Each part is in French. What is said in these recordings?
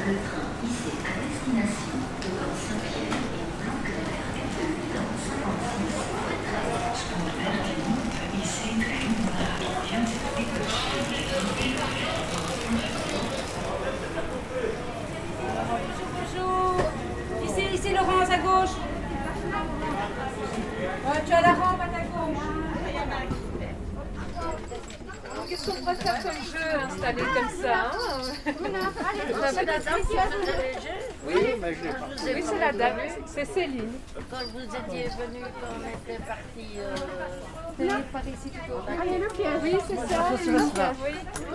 Le train ici à destination de Saint-Pierre et Blankenberg dans 56 Bonjour. Ici Laurence à gauche. Tu as la rampe à ta gauche. Qu'est-ce qu'on pourrait faire comme jeu installé comme ça Oui, oui c'est la dame, c'est Céline. Quand vous étiez venu, quand on était parti par ici tout au Oui, c'est ça. Oui.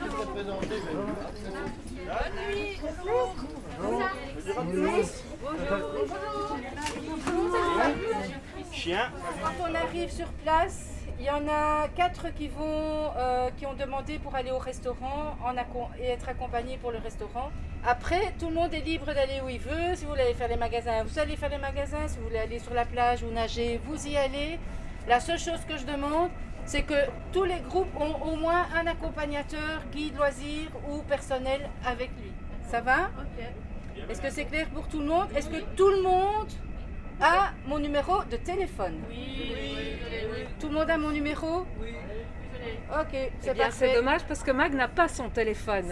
Chien. Quand on arrive sur place, il y en a 4 qui ont demandé pour aller au restaurant et être accompagnés pour le restaurant. Après, tout le monde est libre d'aller où il veut. Si vous voulez aller faire les magasins, vous allez faire les magasins. Si vous voulez aller sur la plage ou nager, vous y allez. La seule chose que je demande, c'est que tous les groupes ont au moins un accompagnateur, guide loisir ou personnel avec lui. Ça va? Est-ce que c'est clair pour tout le monde? Est-ce que tout le monde a mon numéro de téléphone? Oui. Tout le monde a mon numéro? Oui. Ok, c'est parfait. C'est dommage parce que Mag n'a pas son téléphone.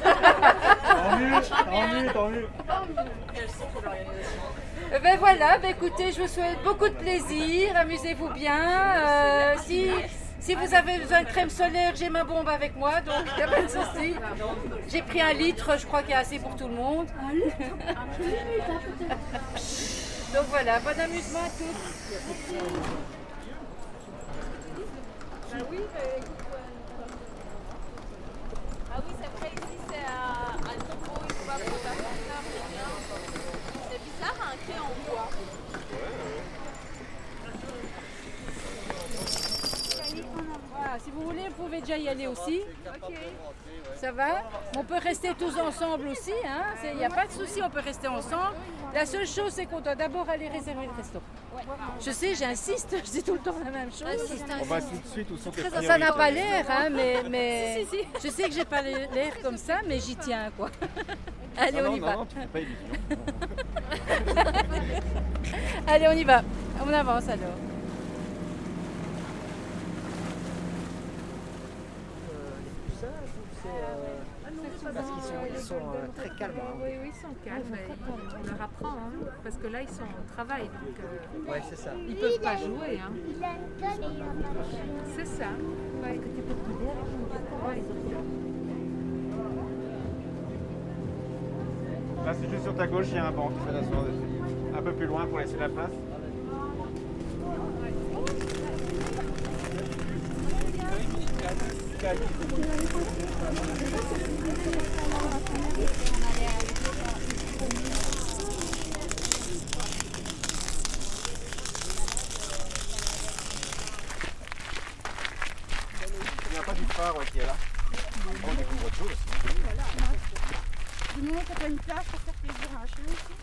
Tant mieux. Ben voilà, écoutez, je vous souhaite beaucoup de plaisir, amusez-vous bien. Si vous avez besoin de crème solaire, j'ai ma bombe avec moi, donc il n'y a pas de souci. J'ai pris 1 litre, je crois qu'il y a assez pour tout le monde. Donc voilà, bon amusement à tous. Ah oui, c'est vrai, ici c'est un niveau, il faut avoir un porteur, c'est bizarre, un clé en bois. Voilà, si vous voulez, vous pouvez déjà y aller aussi. Okay. Ça va? On peut rester tous ensemble aussi, il n'y a pas de souci, on peut rester ensemble. La seule chose, c'est qu'on doit d'abord aller réserver le restaurant. Je sais, j'insiste, je dis tout le temps la même chose. On va tout de suite où sont tes priorités. Ça n'a pas l'air, mais si. Je sais que j'ai pas l'air comme ça, mais j'y tiens, quoi. Allez, on y va. Non, tu fais pas illusion. Allez, on y va. On avance alors. Parce qu'ils sont très calmes. Oui, ils sont calmes. On leur apprend, parce que là, ils sont au travail. Donc, ouais, c'est ça. Ils ne peuvent pas jouer. C'est ça. Ouais. Là, c'est juste sur ta gauche, il y a un banc qui fait l'asseoir dessus. Un peu plus loin pour laisser la place. Il n'y a pas du phare qui est là. On découvre autre chose aussi. Du moment qu'on a une place pour faire plaisir à un chien aussi.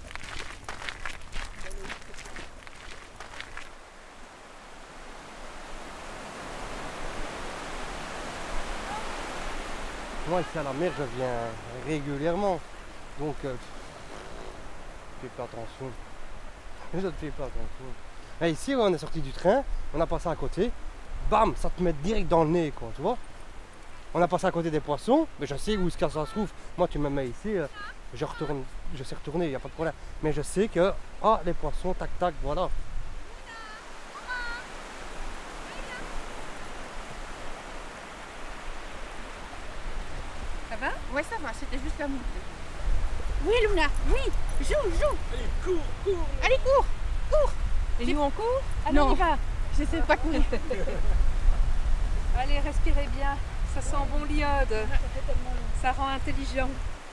Moi, ici à la mer, je viens régulièrement. Donc, je ne fais pas attention. Je ne fais pas attention. Et ici, on est sorti du train, on a passé à côté. Bam, ça te met direct dans le nez, quoi, tu vois. On a passé à côté des poissons, mais je sais où ça se trouve. Moi, tu me mets ici, je sais retourner, il n'y a pas de problème. Mais je sais que, les poissons, tac, tac, voilà. Ça va? Ouais, ça va, c'était juste la montée. Oui, Luna, oui, joue. Allez, cours. Allez, cours. Et nous, on court? Non, on y va. Je sais pas courir. Allez, respirez bien. Ça sent bon l'iode. Ça rend intelligent.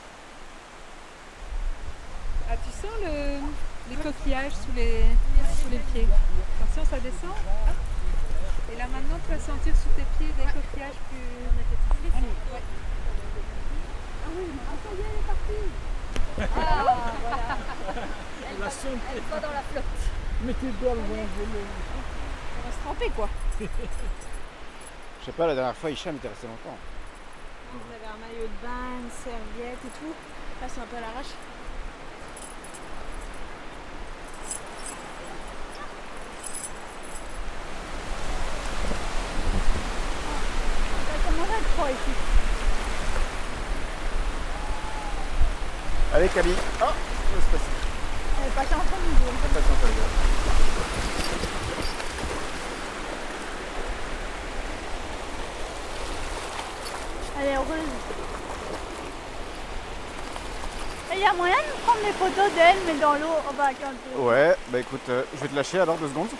Ah, tu sens les coquillages sous les pieds. Attention, ça descend. Et là maintenant, tu vas sentir sous tes pieds des coquillages plus... Allez. Ouais. Ah oui, ça y est, elle est partie. Voilà. Elle va dans la flotte. Mettez le doigt le vent. On va se tremper, quoi. Je sais pas, la dernière fois, Hicham était resté longtemps. Vous avez un maillot de bain, une serviette et tout. Là, c'est un peu à l'arrache. Comment on va être froid ici? Allez, Camille. Oh, ça se passe. Elle est passée entre nous deux. Ça passe entre les deux. Elle est heureuse. Et il y a moyen de prendre des photos d'elle, mais dans l'eau, on va quand Ouais, bah écoute, je vais te lâcher alors 2 secondes.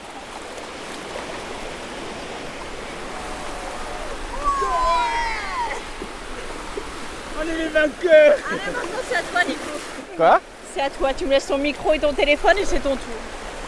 On est les vainqueurs! Allez, maintenant, c'est à toi, Nico. Quoi? C'est à toi. Tu me laisses ton micro et ton téléphone et c'est ton tour.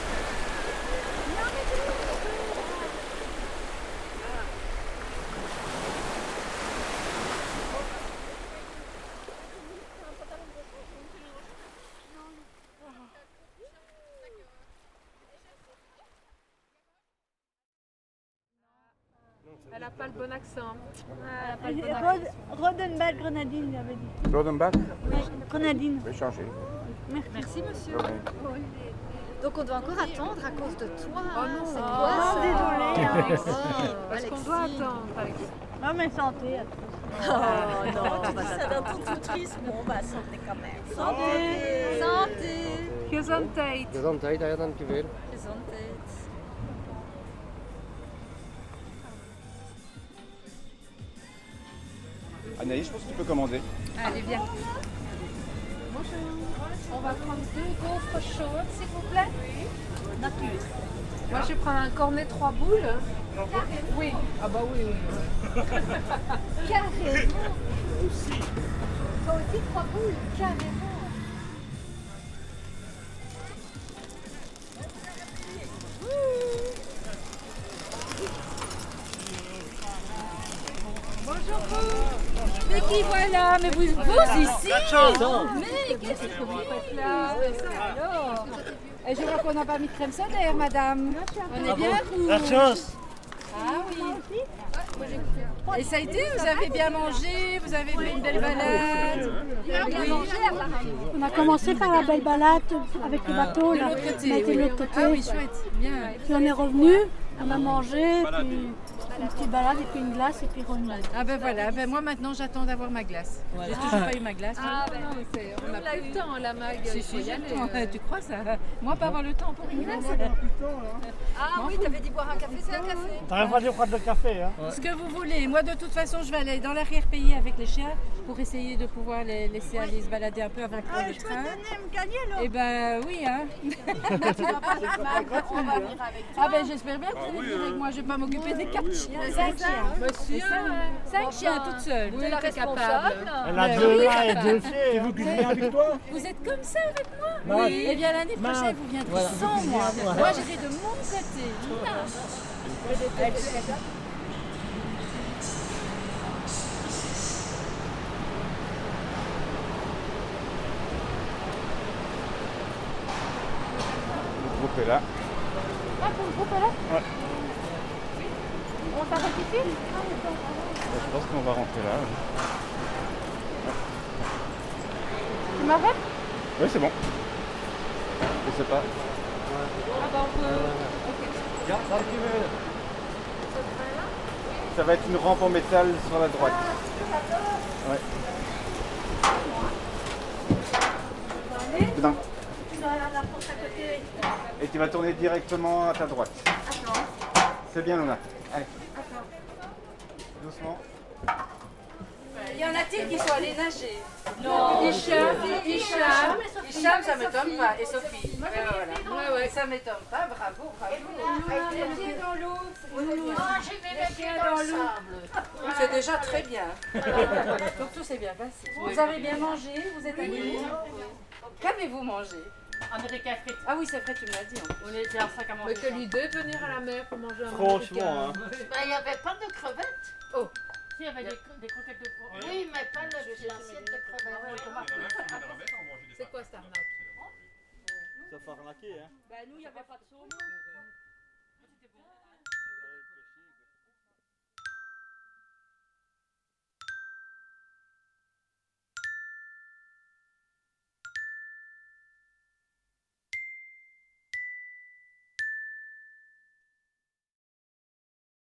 Elle n'a pas le bon accent. Rodenbach grenadine, j'avais dit. Rodenbach? Grenadine. Je vais changer. Merci, monsieur. Donc on doit encore attendre à cause de toi. Oh non, c'est oh, quoi ça? désolée, hein. Parce qu'on doit attendre, Alexis. Non, mais santé. Oh non, tu dis ça d'un ton tout triste. Bon, bah, santé quand même. Santé. Santé. Gesundheit. Gezondheid, ja, dankjewel. Gezondheid. Anaïs, je pense que tu peux commander. Allez, viens. On va prendre 2 gaufres chaudes, s'il vous plaît. Nature. Moi, je prends un cornet 3 boules. Oui. Ah bah oui, oui. Carrément. Toi aussi, 3 boules. Carrément. Bonjour vous. Mais qui voilà? Mais vous ici? Mais qu'est-ce que vous faites là? Alors et je vois qu'on n'a pas mis de crème solaire, madame. On est bien vous? La chance. Ah oui. Et ça a été? Vous avez bien mangé? Vous avez fait une belle balade? Oui. On a commencé par la belle balade avec le bateau. De Là. l'autre On a côté, été de l'autre côté. Ah oui, chouette. Bien. Puis on est revenu, on a mangé, puis une petite balade, et puis une glace, et puis revenu. Ah ben voilà, ben moi maintenant j'attends d'avoir ma glace. J'ai toujours pas eu ma glace. Ah ben non, mais on n'a plus le temps, la mag. Si, si, j'ai le temps. Tu crois ça? Moi, pas avoir le temps pour une glace. Ah oui, t'avais dit boire un café, c'est un café. T'arrives pas de prendre le café, hein? Ce que vous voulez. Moi, de toute façon, je vais aller dans l'arrière-pays avec les chiens pour essayer de pouvoir les laisser aller se balader un peu avant de prendre le train. me gagner alors. Eh ben oui, hein. Ah ben j'espère bien que vous allez venir avec moi. Je vais pas m'occuper des 4 chiens. 5 chiens. Monsieur, 5 chiens toutes seules. vous êtes capable. Elle a Ben 2 oui, mains et capable. 2 pieds. Et vous qui venez avec toi? Vous êtes comme ça avec moi? Oui. Eh bien l'année prochaine, vous viendrez sans moi. Moi, j'irai de mon côté. Le groupe est là. Ah, pour le groupe là? Ouais. On s'arrête ici? Je pense qu'on va rentrer là. Tu m'arrêtes? Oui, c'est bon. Je sais pas. Ah bah on peut. Ça va être une rampe en métal sur la droite. Ouais. Dedans. La porte à côté. Et tu vas tourner directement à ta droite. C'est bien, Luna. Allez. Doucement. Y en a-t-il qui sont allés nager? Non. Hicham, ça m'étonne pas. Et Sophie. Voilà. Ouais, ça m'étonne pas. Bravo, bravo. Les pieds dans l'eau. J'ai mis mes pieds dans le sable. C'est déjà très bien. Donc tout s'est bien passé. Vous avez bien mangé, vous êtes allés. Qu'avez-vous mangé? Américain frites. Ah oui, c'est vrai, tu me l'as dit. On était en sac à Mais manger. quelle idée de venir à la mer pour manger un Franchement, hein. Il n'y avait pas de crevettes. Oh. Si, il y avait des croquettes de porc. Oui, mais pas l'assiette de crevettes. C'est quoi cette arnaque? Ça fait arnaquer, hein. Ben nous, il n'y avait pas de saumon.